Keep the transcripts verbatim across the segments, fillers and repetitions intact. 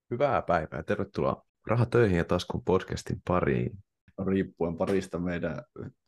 Hyvää päivää. Tervetuloa Rahatöihin ja Taskun podcastin pariin. Riippuen parista meidän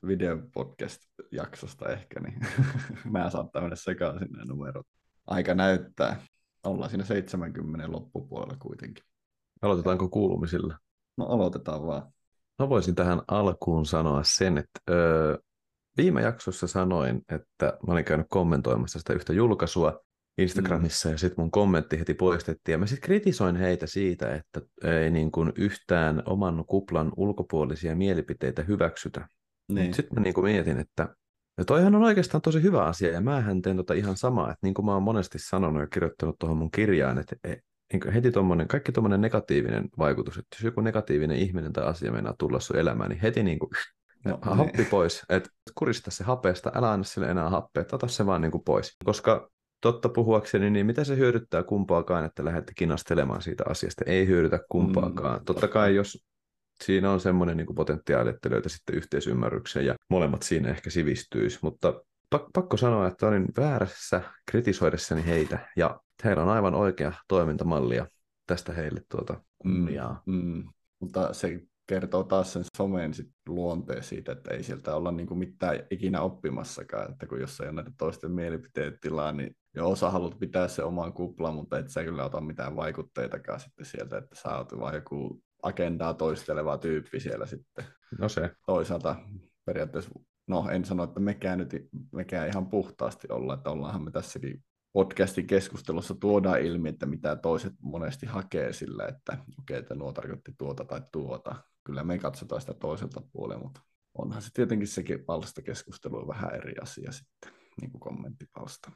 videopodcast-jaksosta ehkä, niin nämä saattaa mennä sekaisin nämä numerot. Aika näyttää. Ollaan siinä seitsemänkymmentä loppupuolella kuitenkin. Aloitetaanko kuulumisilla? No aloitetaan vaan. Mä voisin tähän alkuun sanoa sen, että öö, viime jaksossa sanoin, että mä olin käynyt kommentoimassa sitä yhtä julkaisua Instagramissa, mm. ja sitten mun kommentti heti poistettiin. Ja mä sitten kritisoin heitä siitä, että ei niin kuin yhtään oman kuplan ulkopuolisia mielipiteitä hyväksytä. Niin. Sitten mä niin kuin mietin, että ja toihan on oikeastaan tosi hyvä asia, ja määhän teen tota ihan samaa, että niin kuin mä oon monesti sanonut ja kirjoittanut tuohon mun kirjaan, että niin heti tommonen, kaikki tuommoinen negatiivinen vaikutus, että jos joku negatiivinen ihminen tai asia meinaa tulla sun elämään, niin heti niin kuin, no, happi niin. Pois, että kurista se hapeesta, älä anna sille enää happea, ota se vaan niin kuin pois, koska totta puhuakseni, niin mitä se hyödyttää kumpaakaan, että lähdette kinastelemaan siitä asiasta, ei hyödytä kumpaakaan. Mm, totta kai jos siinä on semmoinen niin kuin potentiaali, että löytäisitte yhteisymmärryksen ja molemmat siinä ehkä sivistyisi, mutta pakko sanoa, että olin väärässä kritisoidessani heitä ja heillä on aivan oikea toimintamalli ja tästä heille tuota kunniaa. Mm, mm. Mutta se kertoo taas sen somen sit luonteen siitä, että ei sieltä olla niinku mitään ikinä oppimassakaan, että kun jos ei ole näitä toisten mielipiteet tilaa, niin jo osa haluat pitää se oman kuplan, mutta et sä kyllä ota mitään vaikutteitakaan sitten sieltä, että sä oot vaan joku agendaa toisteleva tyyppi siellä sitten. No se. Toisaalta periaatteessa, no en sano, että mekään nyt mekään ihan puhtaasti olla, että ollaanhan me tässäkin podcastin keskustelussa tuodaan ilmi, että mitä toiset monesti hakee sillä, että okei, okay, että nuo tarkoitti tuota tai tuota. Kyllä me katsotaan sitä toiselta puolella, mutta onhan se tietenkin sekin palstakeskustelu on vähän eri asia sitten, niin kuin kommenttipalsta.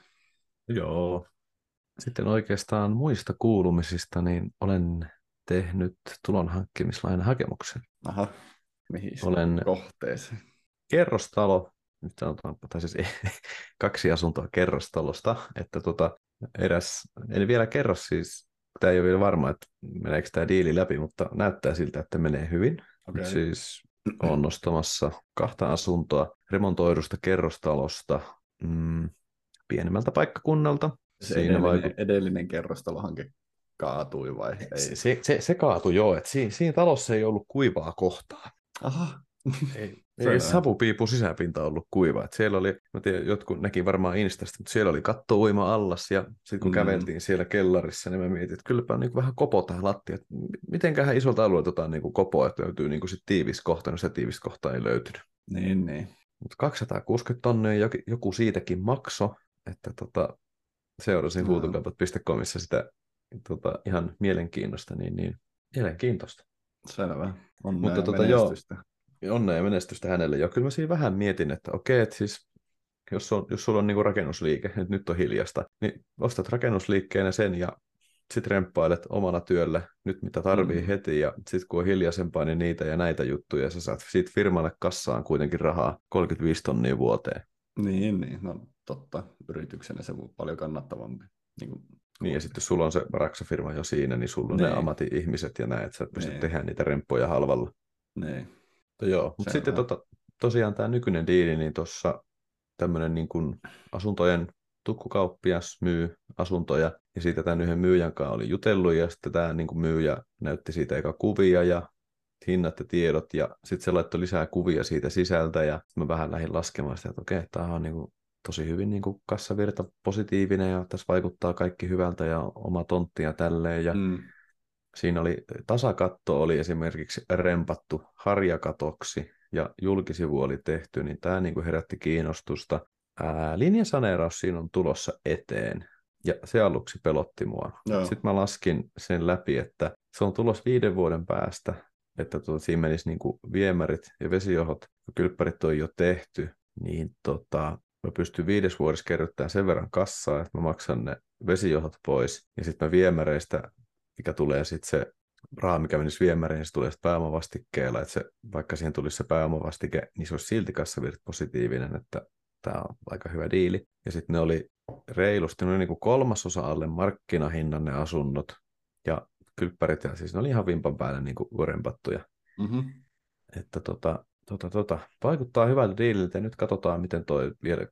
Joo. Sitten oikeastaan muista kuulumisista, niin olen tehnyt tulonhankkimislainahakemuksen. Aha, mihin olen kohteeseen? Kerrostalo, nyt sanotaanpa, tai siis kaksi asuntoa kerrostalosta, että tota, eräs, en vielä kerro siis, tämä ei ole vielä varma, että meneekö tämä diili läpi, mutta näyttää siltä, että menee hyvin. Okay. Siis olen nostamassa kahta asuntoa remontoidusta kerrostalosta mm, pienemmältä paikkakunnalta. Se Siinä edellinen, vaiku... edellinen kerrostalohanke kaatui vai ei? Se, se, se, se kaatui joo, että siinä, siinä talossa ei ollut kuivaa kohtaa. Aha. Ei, ei savupiipun sisäpinta ollut kuiva. Et siellä oli, mä tiedän, jotkut näki varmaan Instasta, mutta siellä oli katto-uima allas ja sitten kun mm. käveltiin siellä kellarissa, niin mä mietin, että kylläpä on niin vähän kopo tähän lattia. Mitenköhän isolta alueelta otetaan niin kopoa, että löytyy niin sit tiivis kohta, no se tiivis kohta ei löytynyt. Niin, niin. Mutta kaksisataakuusikymmentä tonnia joku, joku siitäkin makso, että tota, seurasin no. huutokaupat piste comissa sitä tota, ihan mielenkiinnosta, niin, niin mielenkiintoista. Selvä. Onnea Mutta tota, menestystä. Joo, onnea ja menestystä hänelle. Joo, kyllä mä siinä vähän mietin, että okei, että siis jos, on, jos sulla on niinku rakennusliike, että nyt on hiljasta, niin ostat rakennusliikkeenä sen ja sitten remppailet omalla työllä nyt mitä tarvii mm. heti ja sitten kun on hiljaisempaa, niin niitä ja näitä juttuja. Sä saat siitä firmalle kassaan kuitenkin rahaa kolmekymmentäviisi tonnia vuoteen. Niin, niin. No totta. Yrityksenä se on paljon kannattavampi. Niin, kuin... niin ja sitten jos sulla on se raksafirma jo siinä, niin sulla on niin. ne ammatti-ihmiset ja näet, että sä et pysty niin. tehdä niitä remppoja halvalla. Niin. Joo, mutta sitten tota, tosiaan tämä nykyinen diili, niin tuossa tämmöinen niin kuin asuntojen tukkukauppias myy asuntoja, ja siitä tämän yhden myyjän kanssa oli jutellut, ja sitten tämä niin kuin myyjä näytti siitä eka kuvia, ja hinnat ja tiedot, ja sitten se laittoi lisää kuvia siitä sisältä, ja mä vähän lähdin laskemaan sitä, että okei, tämä on niin kuin tosi hyvin niin kuin kassavirta positiivinen, ja tässä vaikuttaa kaikki hyvältä, ja oma tontti ja tälleen, ja mm. siinä oli tasakatto oli esimerkiksi rempattu harjakatoksi ja julkisivu oli tehty, niin tämä niin kuin herätti kiinnostusta. Ää, linjasaneeraus siinä on tulossa eteen ja se aluksi pelotti mua. No. Sitten mä laskin sen läpi, että se on tulossa viiden vuoden päästä, että tuota, siinä menisi niin kuin viemärit ja vesijohot, kylppärit on jo tehty, niin tota, mä pystyn viides vuodessa kerryttämään sen verran kassaa, että mä maksan ne vesijohot pois ja sitten mä viemäreistä mikä tulee sitten se raha, mikä menisi viemäriin, niin se tulee sitten pääomavastikkeella, että se, vaikka siihen tulisi se pääomavastike, niin se olisi silti kassavirta positiivinen, että tämä on aika hyvä diili. Ja sitten ne oli reilusti, ne oli niin kuin kolmasosa alle markkinahinnan ne asunnot, ja kylppärit, ja siis ne oli ihan vimpan päälle niin kuin rempattuja. Mm-hmm. Että tota, tota, tota, vaikuttaa hyvältä diililtä, ja nyt katsotaan, miten toi vielä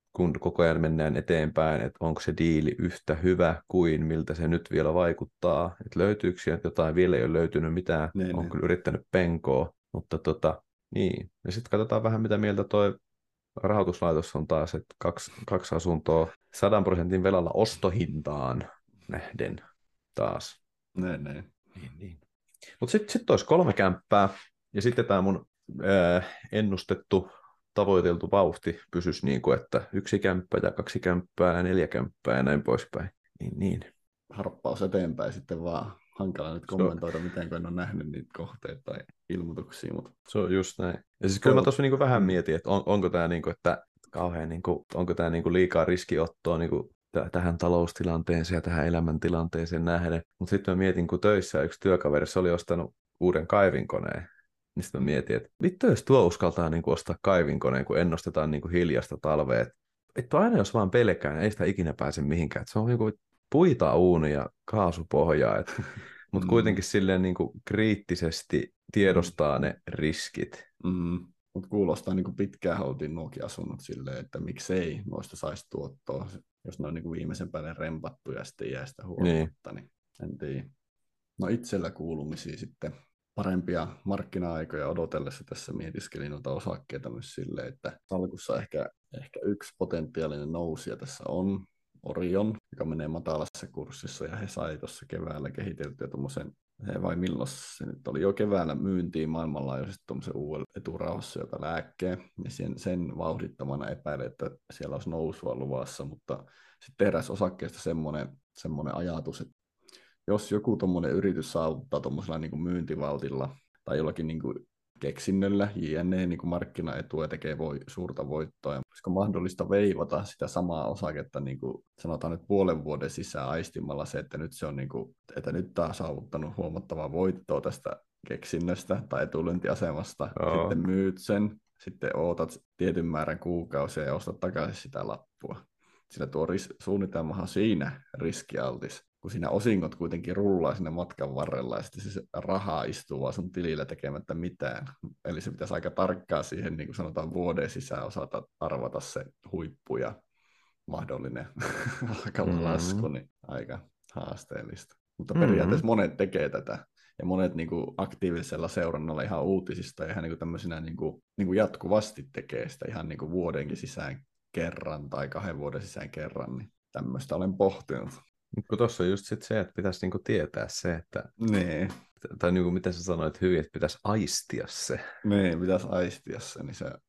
kun koko ajan mennään eteenpäin, että onko se diili yhtä hyvä kuin miltä se nyt vielä vaikuttaa, että löytyykö sieltä jotain, vielä ei ole löytynyt mitään, Ne, on ne. kyllä yrittänyt penkoa, mutta tota, niin. Ja sitten katsotaan vähän, mitä mieltä toi rahoituslaitos on taas, että kaksi, kaksi asuntoa sadan prosentin velalla ostohintaan nähden taas. Ne, ne. Niin, niin. Mutta sitten sit olisi kolme kämppää, ja sitten tämä mun ää, ennustettu, tavoiteltu vauhti pysyisi niin kuin, että yksi kämppä ja kaksi kämppää ja neljä kämppää ja näin poispäin. Niin, niin. Harppaus eteenpäin sitten vaan. Hankala nyt kommentoida, miten en ole nähnyt niitä kohteita tai ilmoituksia. Mutta... Se on just näin. Ja siis kyllä mä tuossa niinku vähän mietin, että on, onko tämä niinku, että kauhean niinku, onko tämä niinku liikaa riskiottoa niinku t- tähän taloustilanteeseen ja tähän elämäntilanteeseen nähden. Mutta sitten mä mietin, kun töissä yksi työkaveri se oli ostanut uuden kaivinkoneen. Niin sitten mä mietin, että vittu jos tuo uskaltaa niinku ostaa kaivinkoneen, kun ennustetaan niinku hiljasta talvea. Että aina jos vaan pelkään, ei sitä ikinä pääse mihinkään. Et se on niinku puita uuni ja kaasupohjaa. Mutta Mm. kuitenkin silleen niinku kriittisesti tiedostaa ne riskit. Mm. Mutta kuulostaa niin kuin pitkään haluttiin nuokin asunnot silleen, että miksei noista saisi tuottoa, jos ne on niin kuin viimeisen päälle rempattu ja sitten jää sitä huomatta, niin. niin en tiedä. No itsellä kuulumisia sitten parempia markkina-aikoja odotellessa tässä mietiskelin noita osakkeita myös silleen, että salkussa ehkä, ehkä yksi potentiaalinen nousija tässä on Orion, joka menee matalassa kurssissa, ja he sai tuossa keväällä kehiteltyä tuommoisen, vai milloin se nyt oli jo keväällä myyntiin maailmanlaajuisesti tuommoisen uuden eturauhassijoita lääkkeen, ja sen, sen vauhdittamana epäilen, että siellä olisi nousua luvassa, mutta sitten tehdään osakkeesta semmoinen, semmoinen ajatus, että jos joku tuommoinen yritys saavuttaa tuommoisella niin kuin myyntivaltilla tai jollakin niin kuin keksinnöllä, jne, niin kuin markkinaetua ja tekee voi, suurta voittoa. Ja olisiko mahdollista veivata sitä samaa osaketta, niin kuin sanotaan nyt puolen vuoden sisään aistimalla se, että nyt se on niin kuin, että nyt tämä on saavuttanut huomattavaa voittoa tästä keksinnöstä tai etulyöntiasemasta, Joo. sitten myyt sen, sitten ootat tietyn määrän kuukausia ja ostat takaisin sitä lappua. Sillä tuo ris- suunnitelmahan siinä riskialtis, kun siinä osingot kuitenkin rullaa sinne matkan varrella ja sitten se raha istuu vaan sun tilillä tekemättä mitään. Eli se pitäisi aika tarkkaan siihen, niin kuin sanotaan, vuoden sisään osata arvata se huippu ja mahdollinen alkava mm-hmm. lasku, niin aika haasteellista. Mutta mm-hmm. periaatteessa monet tekee tätä. Ja monet niin kuin aktiivisella seurannalla ihan uutisista ja ihan niin kuin tämmöisenä niin kuin, niin kuin jatkuvasti tekee sitä ihan niin kuin vuodenkin sisään kerran tai kahden vuoden sisään kerran, niin tämmöistä olen pohtinut. Kun tuossa on just sit se, että pitäisi niinku tietää se, että... Nee. Tai niinku miten sä sanoit hyvin, että pitäisi aistia se. Niin, pitäisi aistia se, niin se,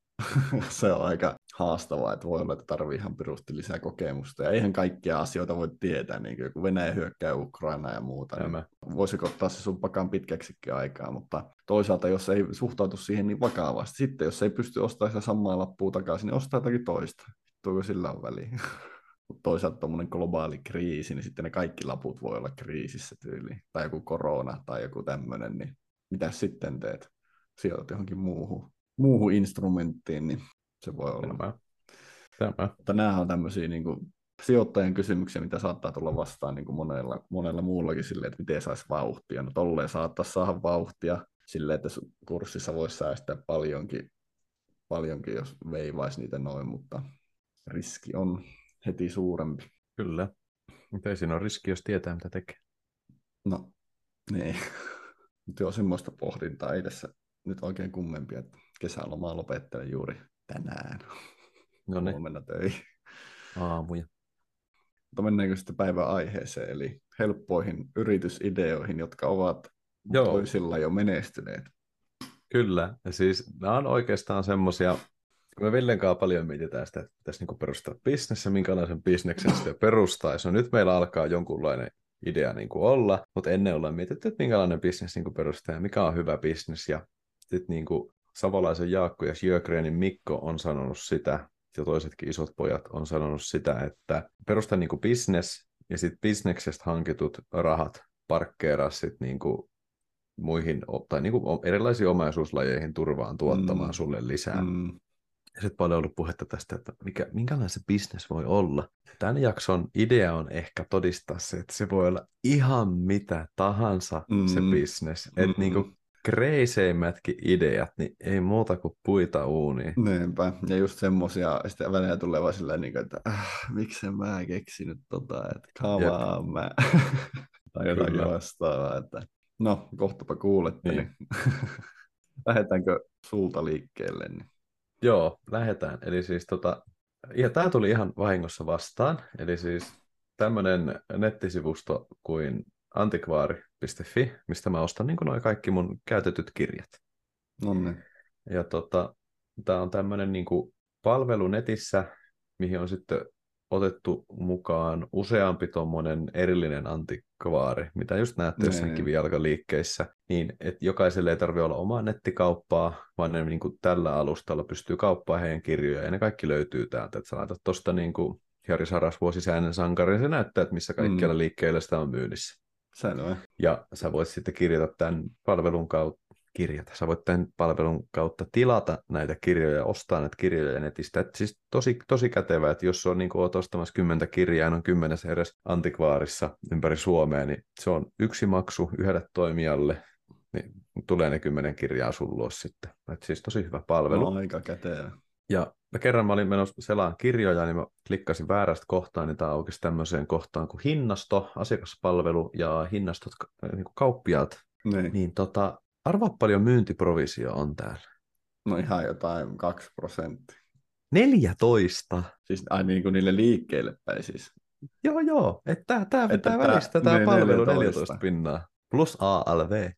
se on aika haastavaa, että voi olla, että tarvii ihan perusti lisää kokemusta. Ja eihän kaikkia asioita voi tietää, niin kuin kun Venäjä hyökkää Ukrainaa ja muuta, niin voisiko ottaa se sun pakan pitkäksikin aikaa, mutta toisaalta jos ei suhtautu siihen niin vakavasti, sitten jos ei pysty ostamaan sitä samaa lappua takaisin, niin ostaa jotakin toista. Tuoko sillä on väliä? Mutta toisaalta tuommoinen globaali kriisi, niin sitten ne kaikki laput voi olla kriisissä tyyliin. Tai joku korona tai joku tämmöinen, niin mitä sitten teet? Sijoitat johonkin muuhun, muuhun instrumenttiin, niin se voi olla. Tämä. Tämä. Mutta nämä on tämmöisiä niin kuin sijoittajan kysymyksiä, mitä saattaa tulla vastaan niin kuin monella, monella muullakin silleen, että miten saisi vauhtia. No tolleen saattaa saada vauhtia silleen, että kurssissa voisi säästää paljonkin, paljonkin, jos veivaisi niitä noin, mutta riski on heti suurempi. Kyllä. Mutta ei siinä ole riski, jos tietää, mitä tekee. No, niin. Mutta joo, semmoista pohdintaa ei tässä nyt oikein kummempia, että kesälomaa lopettelen juuri tänään. No niin. Huomenna töihin. Aamuja. Mutta mennäänkö sitten päivän aiheeseen, eli helppoihin yritysideoihin, jotka ovat joo. toisilla jo menestyneet. Kyllä, ja siis nämä on oikeastaan semmoisia, kun me Villen kanssa paljon mietitään sitä, että pitäisi niinku perustaa bisnes ja minkälaisen bisneksen sitä perustaisi. No nyt meillä alkaa jonkunlainen idea niinku olla, mutta ennen ollaan mietitty, että minkälainen bisnes niinku perustaa ja mikä on hyvä bisnes. Ja sitten niinku Savolaisen Jaakko ja Sjögrenin Mikko on sanonut sitä, ja toisetkin isot pojat on sanonut sitä, että perusta niinku bisnes ja sitten bisneksestä hankitut rahat parkkeeraa sitten niinku muihin tai niinku erilaisiin omaisuuslajeihin turvaan tuottamaan mm. sulle lisää. Mm. Ja sitten paljon ollut puhetta tästä, että mikä, minkälainen se business voi olla. Tämän jakson idea on ehkä todistaa se, että se voi olla ihan mitä tahansa mm. se business. Mm. Että niinku, kreiseimmätkin ideat, niin ei muuta kuin puita uuniin. Niinpä, ja just semmosia, sitten välillä tulee vaan silleen, niin kuin, että äh, miksen mä keksinyt tota, että come Jep, on, mä. Tai jotakin kyllä. vastaavaa, että no, kohtapa kuulette, niin, Niin. lähdetäänkö sulta liikkeelle? Niin. Joo, lähdetään. Eli siis tota, ja tämä tuli ihan vahingossa vastaan. Eli siis tämmöinen nettisivusto kuin antikvaari piste fi, mistä mä ostan niin noin kaikki mun käytetyt kirjat. No niin. Ja tota, tämä on tämmöinen niin palvelu netissä, mihin on sitten otettu mukaan useampi tuommoinen erillinen antikvaari, mitä just näette jossain Niin. kivijalkaliikkeissä, niin että jokaiselle ei tarvitse olla omaa nettikauppaa, vaan ne niin kuin tällä alustalla pystyy kauppaamaan heidän kirjoja, ja ne kaikki löytyy täältä. Että sä laitat tuosta niin kuin Jari Sarasvuosi säännön sankari, ja se näyttää, että missä kaikkialla Mm. liikkeellä sitä on myynnissä. Selvä. Ja sä voit sitten kirjata tämän palvelun kautta, kirjata. Sä voit tämän palvelun kautta tilata näitä kirjoja ja ostaa näitä kirjoja netistä. Et siis tosi, tosi kätevää, että jos on niin kuin oot ostamassa kymmentä kirjaa, on kymmenessä edes antikvaarissa ympäri Suomea, niin se on yksi maksu yhdelle toimijalle, niin tulee ne kymmenen kirjaa sun luo sitten. Et siis tosi hyvä palvelu. No, aika kätevä. Ja mä kerran mä olin menossa selaan kirjoja, niin mä klikkasin väärästä kohtaan, niin tämä aukesi tämmöiseen kohtaan kuin hinnasto, asiakaspalvelu ja hinnastot, niin kuin kauppiaat. Niin. Niin tota, arvaa paljon myyntiprovisio on täällä. No ihan jotain kaksi prosenttia. neljätoista. Siis ai niin kuin niille liikkeelle päin siis. Joo, joo. Että tää, tää Että pitää tää- välistä tämä ne palvelu neljätoista. neljätoista pinnaa. Plus A L V.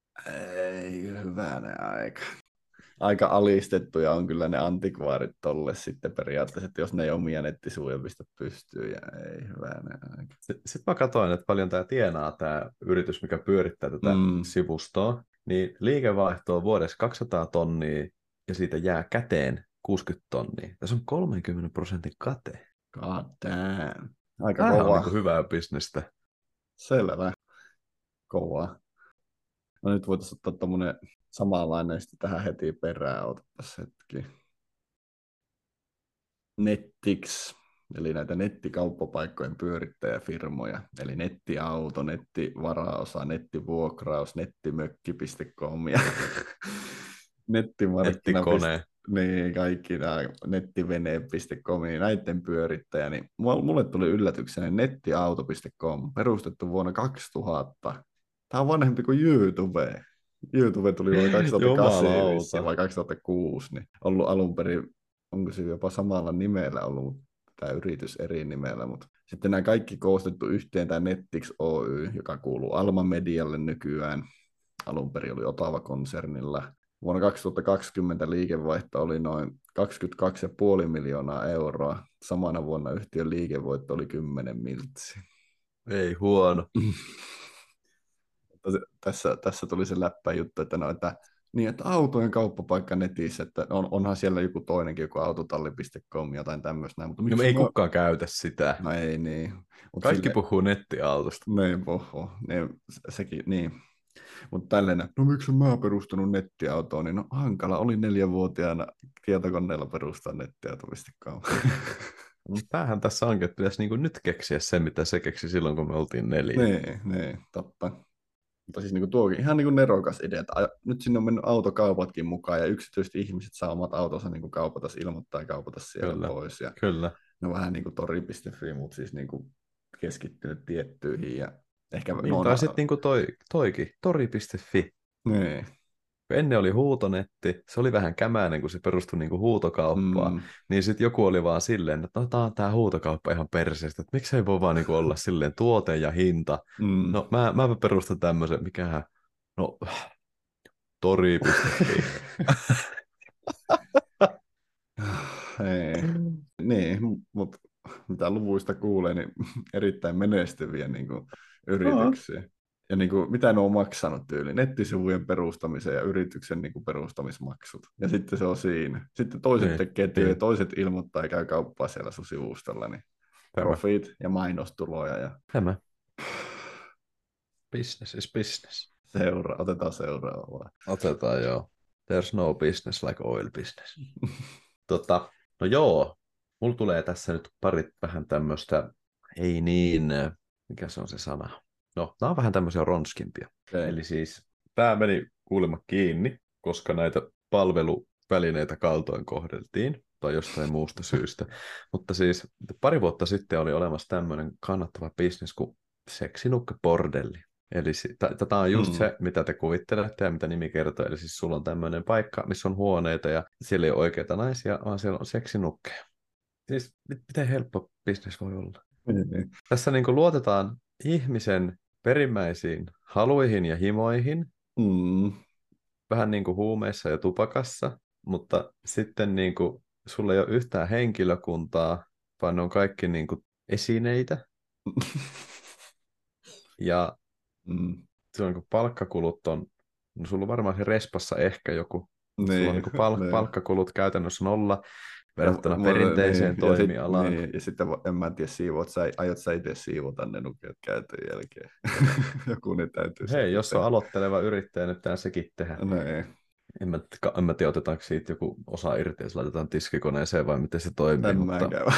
Ei, hyvänen aika. Aika alistettuja on kyllä ne antikvaarit tolle sitten periaatteessa, että jos ne ei omia nettisivuja pistä pystyyn, ja ei hyvänen aika. Sitten mä katsoin, että paljon tämä tienaa, tämä yritys, mikä pyörittää tätä Mm. sivustoa. Niin liikevaihto on vuodessa kaksisataa tonnia ja siitä jää käteen kuusikymmentä tonnia. Tässä on kolmenkymmenen prosentin kate. God damn. Aika Tämä on kova. niin hyvää bisnestä. Selvä. Kovaa. No nyt voitaisiin ottaa tommonen samanlainen sitten tähän heti perään. Otettaisiin hetki. Nettix, eli näitä nettikauppapaikkojen pyörittäjäfirmoja, eli nettiauto, nettivaraosa, nettivuokraus, nettimökki piste com ja nettimarkkina. Nettikone. Niin, kaikki nämä nettivene piste com, niin näiden pyörittäjä, niin mulle tuli yllätyksenä nettiauto piste com, perustettu vuonna kaksituhatta. Tämä on vanhempi kuin YouTube. YouTube tuli vuonna kaksituhattakahdeksan vissiin, vai kaksituhattakuusi, niin ollut alun perin, onko se jopa samalla nimellä ollut, tämä yritys eri nimellä, mutta sitten nämä kaikki koostettu yhteen, tämä Nettix Oy, joka kuuluu Alma Medialle nykyään, alun perin oli Otava-konsernilla. Vuonna kaksituhattakaksikymmentä liikevaihto oli noin kaksikymmentäkaksi pilkku viisi miljoonaa euroa. Samana vuonna yhtiön liikevoitto oli kymmenen miltsiä. Ei huono. Tässä, tässä tuli se läppä juttu, että, no, että, niin, että autojen kauppapaikka netissä, että on, onhan siellä joku toinenkin, joku autotalli piste com, jotain tämmöistä. Mutta No, ei mä... kukaan käytä sitä. No ei niin. Mut kaikki sille... puhuu nettiautosta. Niin puhuu. Niin, sekin, niin. Mutta tälleen, no miksi mä perustanut nettiautoa, niin no hankala, oli neljänvuotiaana tietokoneella perustaa nettiauto piste com. Tämähän tässä onkin, että pitäisi niinku nyt keksiä se, mitä se keksi silloin, kun me oltiin neljä. Niin, niin, totta. Mutta siis niinku tuokin ihan niinku nerokas idea, että nyt sinne on mennyt autokaupatkin mukaan ja yksityiset ihmiset saa omat autonsa niinku kaupata, ilmoittaa ja kaupata siellä kyllä, pois. Ja kyllä. ne on vähän niin kuin tori piste fi, mutta siis niinku keskittynyt tiettyihin. Ja ehkä niin, no, tai sitten niinku toi, toikin, tori piste fi. Niin. Ennen oli huutonetti, se oli vähän kämäinen, kun se perustui niinku huutokauppaan, mm. niin sitten joku oli vaan silleen, että no tää on tää huutokauppa ihan perseestä, että miksei voi vaan niinku olla silleen tuote ja hinta. Mm. No mä, mä perustan tämmöisen, mikähän, no tori piste fi. Ei. Niin, mutta mitä luvuista kuulee, niin erittäin menestyviä niin kuin, yrityksiä. Oh. Ja niin kuin, mitä ne on maksanut tyyli? Nettisivujen perustamisen ja yrityksen niin kuin, perustamismaksut. Ja sitten se on siinä. Sitten toiset niin, tekee työ, niin. Toiset ilmoittaa ja käy kauppaa siellä sun sivustalla. Niin profit ja mainostuloja. Ja... Tämä. Business is business. Seura- otetaan seuraavaa. Otetaan joo. There's no business like oil business. tota, no joo, mulla tulee tässä nyt parit vähän tämmöistä, ei niin, mikä se on se sana? No, nämä on vähän tämmöisiä ronskimpia. Okay. Eli siis tämä meni kuulemma kiinni, koska näitä palveluvälineitä kaltoin kohdeltiin tai jostain muusta syystä. Mutta siis pari vuotta sitten oli olemassa tämmöinen kannattava bisnes kuin seksinukkebordelli. Eli tätä on just Mm. se, mitä te kuvittelette ja mitä nimi kertoo. Eli siis sulla on tämmöinen paikka, missä on huoneita ja siellä ei ole oikeita naisia, vaan siellä on seksinukkeja. Siis miten helppo bisnes voi olla? Mm. Tässä niin kuin luotetaan ihmisen perimmäisiin haluihin ja himoihin, Mm. vähän niin kuin huumeissa ja tupakassa, mutta sitten niin kuin sulla ei ole yhtään henkilökuntaa, vaan ne on kaikki niin kuin esineitä. Ja Mm. se on niin kuin palkkakulut on, no sulla on varmaan se respassa ehkä joku, mutta sulla on Niin, niin kuin pal- niin. palkkakulut käytännössä nolla verrattuna Ja, perinteiseen niin, ja, sit, toimialaan. niin, ja sitten en mä tiedä, siivoat, sä, aiot sä itse siivota ne nukeet käytön jälkeen. Joku ne täytyy Hei, sitten jos on tehdä. aloitteleva yrittäjä, nyt pitää sekin tehdä. Niin. En mä, en mä tiedä, otetaanko siitä joku osa irti, jos laitetaan tiskikoneeseen vai miten se toimii. En mutta... mäkään.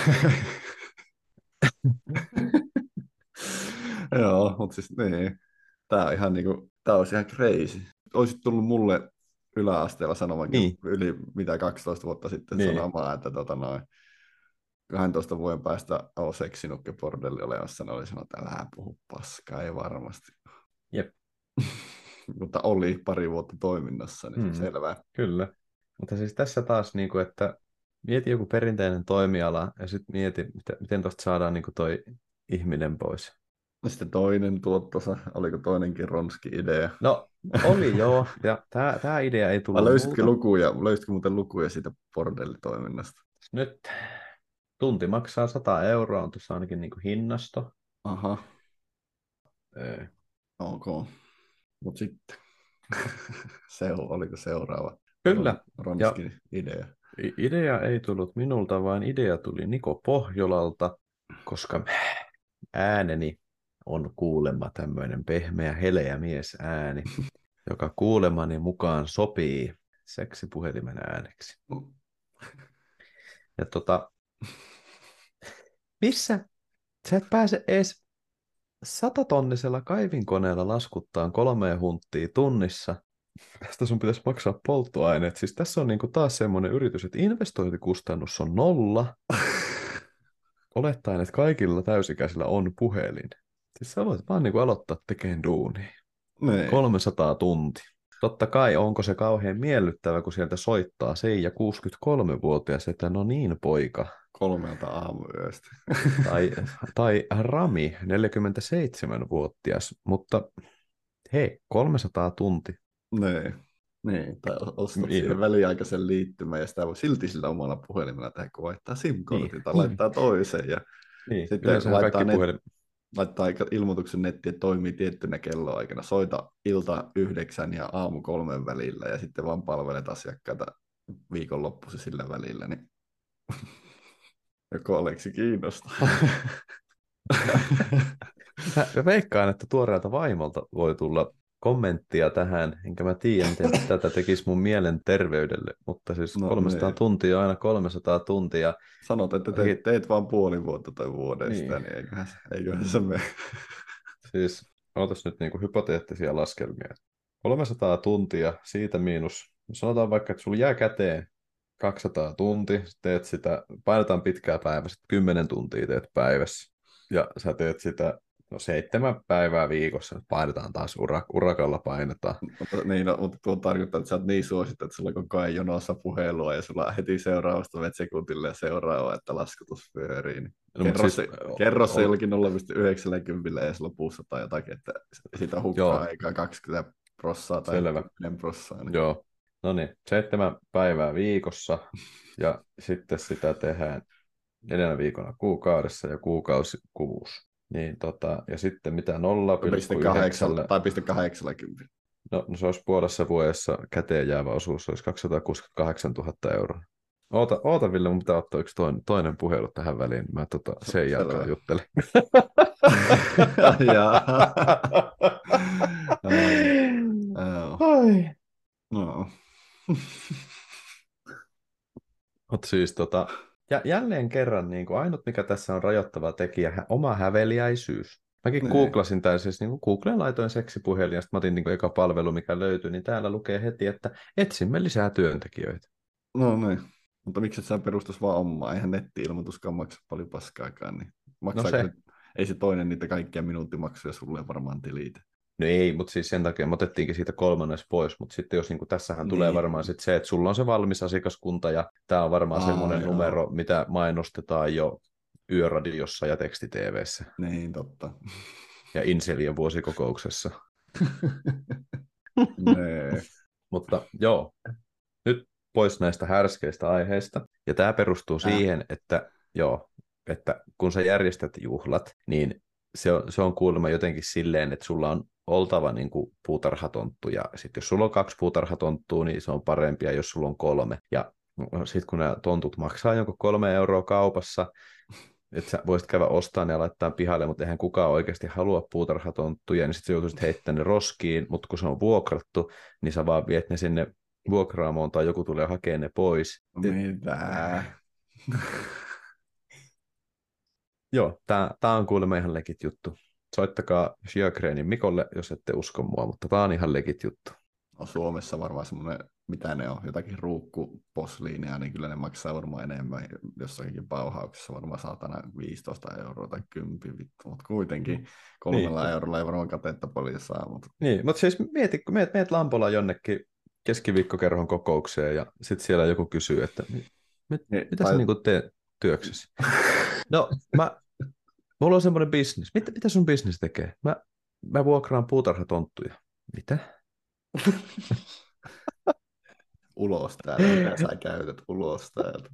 Joo, mutta siis niin. Tää on ihan niinku, tää olisi ihan crazy. Olisit tullut mulle yläasteella sanomaankin Niin. yli mitä kaksitoista vuotta sitten Niin. sanomaan, että tota noin, kahdentoista vuoden päästä on seksinukke bordelli olemassa, ne oli sanonut, että älä puhu paskaa, ei varmasti. Jep. Mutta oli pari vuotta toiminnassa, niin Mm, selvä. kyllä. Mutta siis tässä taas, niin kuin, että mieti joku perinteinen toimiala ja sitten mieti, miten, miten tuosta saadaan niin kuin toi ihminen pois. No sitten toinen tuottosa, oliko toinenkin ronski idea? No, oli joo, ja tämä idea ei Vai tullut löysitkö multa. lukuja, löysitkö muuten lukuja siitä bordellitoiminnasta? Nyt tunti maksaa sata euroa, on tuossa ainakin niin kuin hinnasto. Aha, Ei. ok. Mutta sitten, se oliko seuraava Kyllä. ronskin idea? I- idea ei tullut minulta, vaan idea tuli Niko Pohjolalta, koska ääneni on kuulemma tämmöinen pehmeä, heleä mies ääni, joka kuulemani mukaan sopii seksipuhelimen ääneksi. Ja tota, missä sä et pääse edes satatonnisella kaivinkoneella laskuttaan kolmeen hunttia tunnissa. Tästä sun pitäisi maksaa polttoaineet. Siis tässä on niinku taas semmoinen yritys, että investointikustannus on nolla. Olettaen, että kaikilla täysikäisillä on puhelin. Siis sä voit vaan niinku aloittaa tekemään duunia. Nee. kolmesataa tuntia. Totta kai, onko se kauhean miellyttävä, kun sieltä soittaa Seija kuusikymmentäkolme-vuotias, että no niin poika. Kolmelta aamuyöstä. Tai, tai Rami, neljäkymmentäseitsemän-vuotias, mutta hei, kolmesataa tuntia. Nee. Niin, tai ostat Niin. siihen väliaikaisen liittymän ja sitä voi silti sillä omalla puhelimella tehdä, kun vaihtaa SIM-kortin Niin. tai laittaa toiseen. Ja Niin, sitten yleensä laittaa, kaikki net, puhelin... laittaa ilmoituksen nettiin, että toimii tiettynä kelloaikana. Soita ilta yhdeksän ja aamu kolmen välillä ja sitten vaan palvelet asiakkaita viikonloppuisin sillä välillä. Niin... Joko Aleksi kiinnostaa? Mä veikkaan, että tuoreelta vaimolta voi tulla kommenttia tähän, enkä mä tiedä, miten tätä tekisi mun mielen terveydelle, mutta siis No, kolmesataa niin. tuntia on aina kolmesataa tuntia. Sanot, että teet, teet vaan puoli vuotta tai vuoden sitä, niin, niin eiköhän, eiköhän se mene. Siis otas nyt niinku hypoteettisia laskelmia. kolmesataa tuntia, siitä miinus, sanotaan vaikka, että sulla jää käteen kaksisataa tuntia, teet sitä, painetaan pitkää päivää, sitten kymmenen tuntia teet päivässä, ja sä teet sitä no seitsemän päivää viikossa, nyt painetaan taas ura, urakalla painetaan. Mutta, niin, no, mutta tuo tarkoittaa, että sä oot niin suosittu, että sulla on koko ajan jonossa puhelua, ja sulla heti seuraavasta vet sekuntille ja seuraava, että laskutus pyörii. Niin No, kerro, siis, se, kerro se on, jollakin nolla pilkku yhdeksänkymmentä ja lopussa tai jotakin, että siitä hukkaa joo. aikaa kaksikymmentä prossaa tai Selvä. kymmenen prossaa. Niin. Joo, no niin, seitsemän päivää viikossa ja sitten sitä tehdään neljänä viikona kuukaudessa ja kuukausi kuusi. Niin tota, ja sitten mitä nolla pilkku yhdeksän... Tai piste kahdeksankymmentä. No, no se olisi puolessa vuodessa käteen jäävä osuus, se olisi kaksisataakuusikymmentäkahdeksantuhatta euroa. Oota, oota Ville, mun pitää ottaa yksi toinen, toinen puhelu tähän väliin. Mä tota, sen jälkeen juttelen. Ai. No. Mutta siis tota, ja jälleen kerran niin kuin ainut, mikä tässä on rajoittava tekijä, oma häveliäisyys. Mäkin Nee. googlasin tämän, siis niin Googleen laitoin seksipuhelin, ja sitten mä otin niin eka palvelu, mikä löytyi, niin täällä lukee heti, että etsimme lisää työntekijöitä. No niin. Mutta miksi et sä perustas vaan omaa? Eihän netti-ilmoituskaan maksa paljon paskaakaan. Niin No maksaako se. nyt, ei se toinen niitä kaikkia minuuttimaksuja sulle varmaan tilitä. No ei, mutta siis sen takia me otettiinkin siitä kolmannes pois, mutta sitten jos niin kuin, tässähän niin. tulee varmaan sit se, että sulla on se valmis asiakaskunta, ja tämä on varmaan Aa, semmoinen joo. numero, mitä mainostetaan jo yöradiossa ja teksti-tv:ssä. Niin, totta. Ja Inselien vuosikokouksessa. Nee. Mutta joo, nyt pois näistä härskeistä aiheista. Ja tämä perustuu äh. siihen, että, joo, että kun sä järjestät juhlat, niin se on, se on kuulemma jotenkin silleen, että sulla on oltava niin kuin puutarhatonttu. Ja sitten jos sulla on kaksi puutarhatonttua, niin se on parempi, ja jos sulla on kolme. Ja sitten kun nämä tontut maksaa jonkun kolme euroa kaupassa, että sä voisit käydä ostamaan ja laittaa pihalle, mutta eihän kukaan oikeasti halua puutarhatonttuja, niin sitten sä joutuisit heittämään ne roskiin, mutta kun se on vuokrattu, niin sä vaan viet ne sinne vuokraamoon tai joku tulee hakemaan ne pois. Mitä? Joo, tää, tää on kuulemma ihan legit juttu. Soittakaa Sjögrenin Mikolle, jos ette usko mua, mutta tää on ihan legit juttu. No Suomessa varmaan semmoinen, mitä ne on, jotakin ruukkuposliinia, niin kyllä ne maksaa varmaan enemmän. Jossakin Bauhauksessa varmaan saatana viisitoista euroa tai kymmenen vittu, mutta kuitenkin kolmella niin. eurolla ei varmaan katetta paljon saa. Mutta... Niin, mutta siis mieti, kun meet, meet Lampola jonnekin keskiviikkokerhon kokoukseen ja sitten siellä joku kysyy, että mit, niin, mitä tai... sä niinku teet työksessä? No, mä, mulla on semmoinen bisnes. Mitä, mitä sun bisnes tekee? Mä, mä vuokraan puutarhatonttuja. Mitä? Ulos täältä, mitä sä käytät ulos täältä.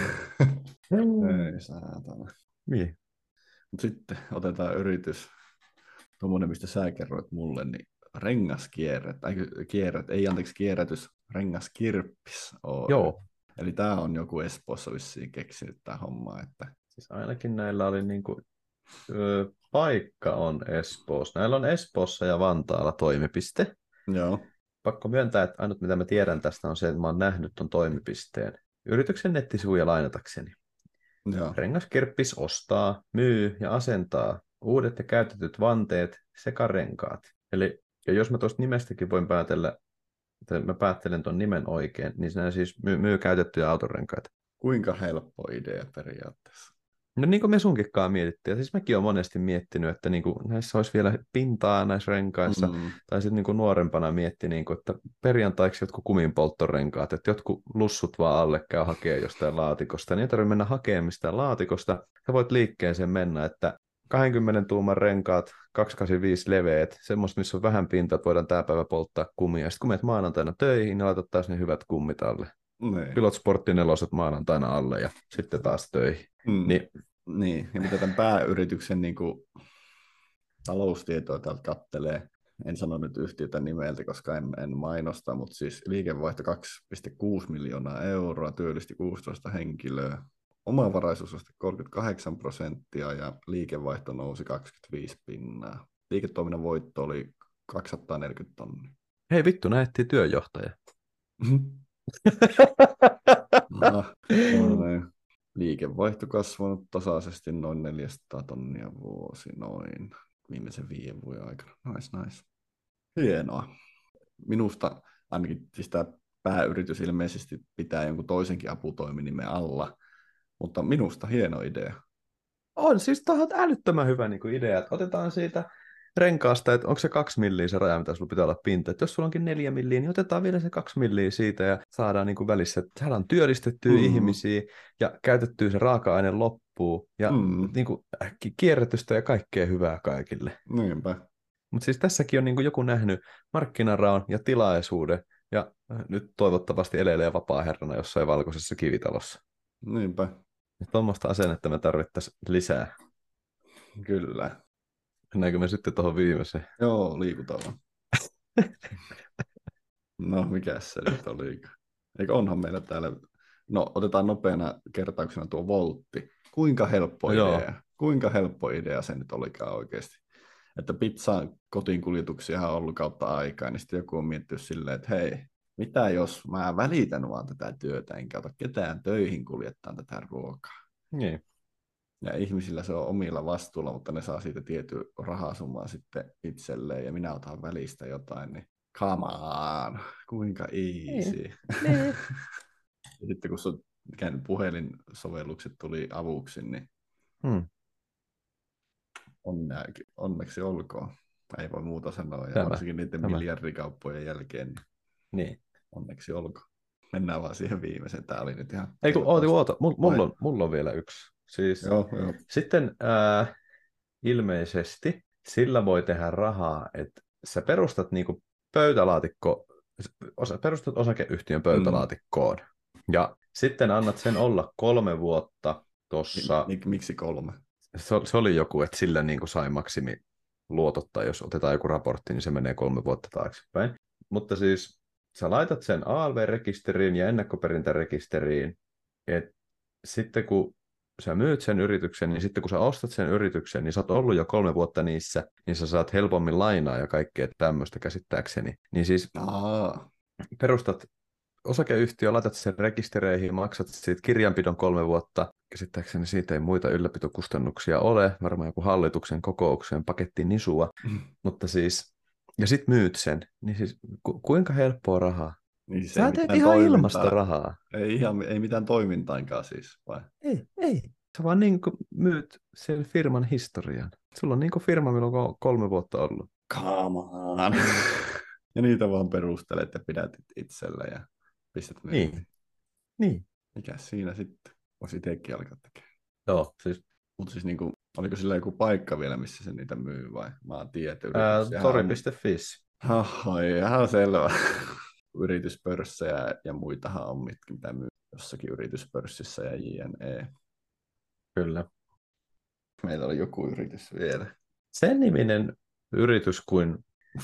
Ei saatana. Niin. Mut sitten otetaan yritys. Tuommoinen, mistä sä kerroit mulle, niin rengaskierret, tai kierret, ei anteeksi kierrätys, rengaskirppis Oy. Joo. Eli tää on joku Espoossa vissiin keksinyt tää homma, että... Siis ainakin näillä oli niinku, ö, paikka on Espoossa. Näillä on Espoossa ja Vantaalla toimipiste. Joo. Pakko myöntää, että ainut mitä mä tiedän tästä on se, että mä oon nähnyt ton toimipisteen yrityksen nettisivuja lainatakseni. Joo. Rengaskirppis ostaa, myy ja asentaa uudet ja käytetyt vanteet sekä renkaat. Eli ja jos mä tuosta nimestäkin voin päätellä, että mä päättelen ton nimen oikein, niin se siis myy, myy käytettyjä autorenkaita. Kuinka helppo idea periaatteessa? No niin kuin me sunkinkaan mietittiin. Ja siis mäkin olen monesti miettinyt, että niin kuin näissä olisi vielä pintaa näissä renkaissa. Mm. Tai sitten niin kuin nuorempana mietti, niin kuin, että perjantaiksi jotkut kuminpolttorenkaat, että jotkut lussut vaan alle käy hakemaan jostain laatikosta. Niin ei tarvitse mennä hakemaan mistään laatikosta. Sä voit liikkeeseen mennä, että kaksikymmentä tuuman renkaat, kaksisataakahdeksankymmentäviisi leveät, semmoista, missä on vähän pintaa, että voidaan tää päivä polttaa kumia. Ja sitten kun menet maanantaina töihin, niin laitat taas ne hyvät kummit alle. Niin. Pilot Sporttineloset maanantaina alle ja sitten taas töihin. Mm. Niin. Niin, ja mitä tämän pääyrityksen niin kuin, taloustietoa täältä kattelee, en sano nyt yhtiötä nimeltä, koska en, en mainosta, mutta siis liikevaihto kaksi pilkku kuusi miljoonaa euroa, työllisti kuusitoista henkilöä, omavaraisuusaste kolmekymmentäkahdeksan prosenttia ja liikevaihto nousi kaksikymmentäviisi pinnaa. Liiketoiminnan voitto oli kaksisataaneljäkymmentä tonnia. Hei vittu, näettiin työjohtaja. no, no, liikevaihto kasvanut tasaisesti noin neljäsataa tonnia vuosi noin viimeisen viiden vuoden aikana. Nice, nice. Hienoa. Minusta ainakin siis tämä pääyritys ilmeisesti pitää jonkun toisenkin aputoiminimen alla, mutta minusta hieno idea. On, siis tämä on älyttömän hyvä niin kuin idea, että otetaan siitä renkaasta, että onko se kaksi milliä se raja, mitä sulla pitää olla pinta. Että jos sulla onkin neljä milliä, niin otetaan vielä se kaksi milliä siitä ja saadaan niin kuin välissä, että saadaan työllistettyä mm. ihmisiä ja käytettyä se raaka-aine loppuun ja mm. niin kuin kierrätystä ja kaikkea hyvää kaikille. Niinpä. Mutta siis tässäkin on niin kuin joku nähnyt markkinaraon ja tilaisuuden ja nyt toivottavasti elelee vapaa-herrana jossain valkoisessa kivitalossa. Niinpä. Tuommoista asennetta me tarvittaisiin lisää. Kyllä. Mennäänkö me sitten tuohon viimeiseen? Joo, liikutaan. No, mikäs se nyt oli? Eikö onhan meillä täällä... No, otetaan nopeana kertauksena tuo voltti. Kuinka helppo no, idea? Joo. Kuinka helppo idea se nyt olikaan oikeasti? Että pizzan kotiinkuljetuksia on ollut kautta aikaa, niin sitten joku on miettinyt silleen, että hei, mitä jos mä välitän vaan tätä työtä, enkä ota ketään töihin kuljettaa tätä ruokaa. Niin. Ja ihmisillä se on omilla vastuulla, mutta ne saa siitä tietyn rahasummaa sitten itselleen, ja minä otan välistä jotain, niin come on, kuinka easy. Niin. Niin. Ja sitten kun sun puhelinsovellukset tuli avuksi, niin Hmm. onne, onneksi olkoon. Ei voi muuta sanoa, ja Tämä, varsinkin niiden tämä. miljardikauppojen jälkeen, niin, Niin. onneksi olkoon. Mennään vaan siihen viimeiseen. Tämä oli nyt ihan... Ei kun, oota, oota. Mulla on, mulla on vielä yksi. Siis, joo, joo. sitten ää, ilmeisesti sillä voi tehdä rahaa, että sä perustat niinku pöytälaatikko, osa, perustat osakeyhtiön pöytälaatikkoon, mm. ja sitten annat sen olla kolme vuotta tuossa. Mik, miksi kolme? Se, se oli joku, että sillä niinku sai maksimi luotottaa, jos otetaan joku raportti, niin se menee kolme vuotta taaksepäin. Mutta siis sä laitat sen A L V-rekisteriin ja ennakkoperintärekisteriin, että sitten kun sä myyt sen yrityksen, niin sitten kun sä ostat sen yrityksen, niin sä oot ollut jo kolme vuotta niissä, niin sä saat helpommin lainaa ja kaikkea tämmöistä käsittääkseni. Niin siis Aa. perustat osakeyhtiö, laitat sen rekistereihin, maksat siitä kirjanpidon kolme vuotta. Käsittääkseni siitä ei muita ylläpitokustannuksia ole, varmaan joku hallituksen kokoukseen paketti nisua, mm. mutta siis, ja sit myyt sen, niin siis ku, kuinka helppoa rahaa? Niin sä teet ihan toimintaa. Ilmasta rahaa. Ei, ihan, ei mitään toimintainkaan siis, vai? Ei, ei. Sä vaan niin kuin myyt sen firman historian. Sulla on niin kuin firma, millä on kolme vuotta ollut. Come on. Ja niitä vaan perustelet ja pidät itsellä ja pistät myyntiin. Niin. Niin. Mikäs siinä sitten? Voisi itsekin alkaa tekemään. Joo, siis. Mutta siis niinku, oliko sillä joku paikka vielä, missä se niitä myy vai? Mä oon tiedä, että yrityksiä. Tori piste fi. On... ihan selvä. Yrityspörssejä ja muitahan on, mitkä mitä myy jossakin yrityspörssissä ja jne. Kyllä. Meillä oli joku yritys vielä. Sen niminen yritys kuin...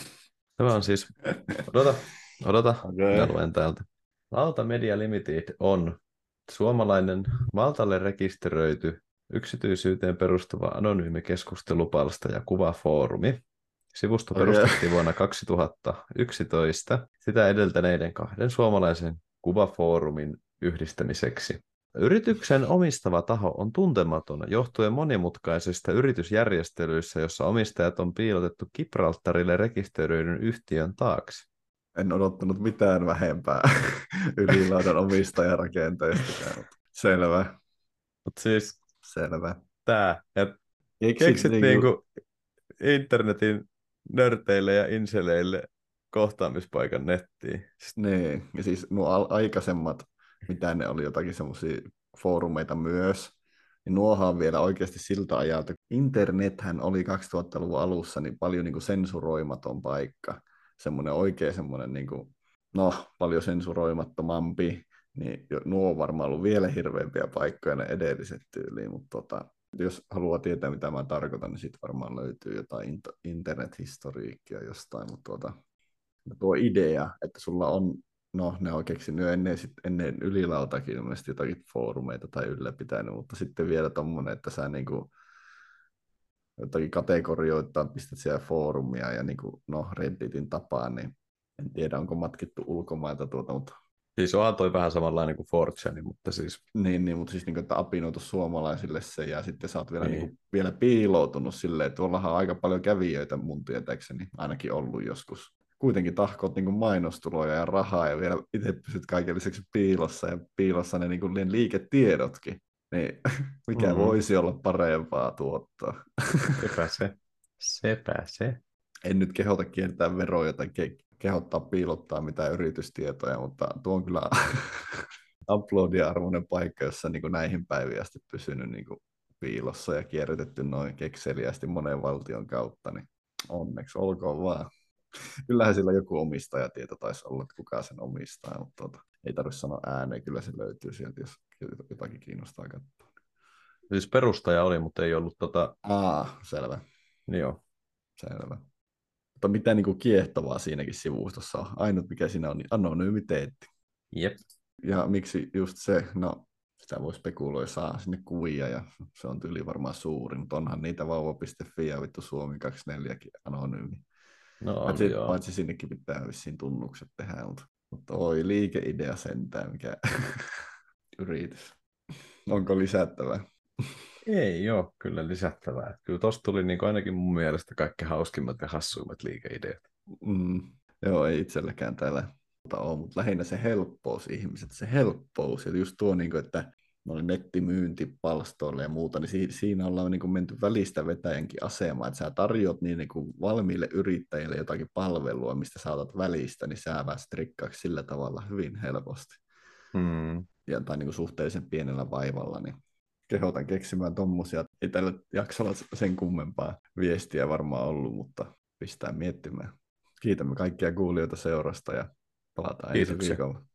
Tämä on siis... Odota, odota. Okay. Minä luen täältä. Lauta Media Limited on suomalainen Maltalle rekisteröity yksityisyyteen perustuva anonyymi keskustelupalsta ja kuvafoorumi. Sivusto okay. perustettiin vuonna kaksituhattayksitoista sitä edeltäneiden kahden suomalaisen kuvafoorumin yhdistämiseksi. Yrityksen omistava taho on tuntematon johtuen monimutkaisesta yritysjärjestelyissä, jossa omistajat on piilotettu Gibraltarille rekisteröidyn yhtiön taakse. En odottanut mitään vähempää ylilaudan omistajarakenteesta. Selvä. Mut siis Selvä. Tää, että keksit niinku... niinku internetin nörteille ja inseleille kohtaamispaikan nettiin. Niin, ja siis nuo aikaisemmat, mitä ne oli jotakin semmoisia foorumeita myös, niin nuohan on vielä oikeasti siltä ajalta. Internethän oli kaksituhattaluvun alussa niin paljon niin kuin sensuroimaton paikka. Semmoinen oikein semmoinen, niin kuin, no, paljon sensuroimattomampi, niin nuo on varmaan ollut vielä hirveämpiä paikkoja ne edelliset tyyliin, mutta tota, jos haluaa tietää, mitä mä tarkoitan, niin sitten varmaan löytyy jotain internethistoriikkia jostain, mutta tuota, tuo idea, että sulla on, no ne on keksinyt ennen, ennen ylilautakin ilmeisesti jotakin foorumeita tai ylläpitänyt, mutta sitten vielä tommonen, että sä niinku jotakin kategorioita pistät siellä foorumia ja niinku, no Redditin tapaan, niin en tiedä, onko matkittu ulkomailta tuota, mutta... Siis onhan toi vähän samanlainen kuin four chan, mutta siis... Niin, niin mutta siis niin, että apinoitu suomalaisille se, ja sitten sä oot vielä, niin. Niin, vielä piiloutunut silleen, että tuollahan on aika paljon kävijöitä mun tietääkseni, ainakin ollut joskus. Kuitenkin tahkoot niin mainostuloja ja rahaa, ja vielä itse pysyt kaiken lisäksi piilossa, ja piilossa ne niin liiketiedotkin. Niin mikä mm-hmm. voisi olla parempaa tuottaa? Sepä se. Sepä se. En nyt kehota kiertää veroja tai ke- kehottaa piilottaa mitään yritystietoja, mutta tuo on kyllä uploadia-arvoinen paikka, jossa niin kuin näihin päiviin asti pysynyt niin kuin piilossa ja kierrätetty noin kekseliästi monen valtion kautta, niin onneksi olkoon vaan. Kyllähän sillä joku omistajatieto taisi olla, että kuka sen omistaa, mutta tuota, ei tarvitse sanoa ääneen, kyllä se löytyy sieltä, jos jotakin kiinnostaa katsoa. Siis perustaja oli, mutta ei ollut tota... Aa, selvä. Joo. Selvä. Mutta mitä niin kuin kiehtovaa siinäkin sivustossa on. Ainut mikä siinä on, niin anonymiteetti. Jep. Ja miksi just se, no sitä voi spekuloida, saa sinne kuvia ja se on tyyli varmaan suuri, mutta onhan niitä vauva piste fi ja vittu Suomi kaksikymmentäneljäkin anonyymi. No on, paitsi, joo. paitsi sinnekin pitää vissiin tunnukset tehdä, mutta, mutta oi liikeidea sentään, mikä yritys. Onko lisättävää? Ei ole kyllä lisättävää. Että kyllä tosta tuli niin ainakin mun mielestä kaikki hauskimmat ja hassuimmat liikeideat. Mm, joo, ei itselläkään täällä ole, mutta lähinnä se helppous ihmiset, se helppous ja just tuo, niin kuin, että mä olin nettimyyntipalstoilla ja muuta, niin si- siinä ollaan niin kuin menty välistä vetäjänkin asemaan, että sä tarjoat niin, niin kuin valmiille yrittäjille jotakin palvelua, mistä saatat välistä, niin sä pääset rikkaaksi sillä tavalla hyvin helposti. Mm. Ja, tai niin kuin suhteellisen pienellä vaivalla, niin kehotan keksimään tommosia. Ei tällä jaksolla sen kummempaa viestiä varmaan ollut, mutta pistää miettimään. Kiitämme kaikkia kuulijoita seurasta ja palataan ensi Kiitoksia. viikolla.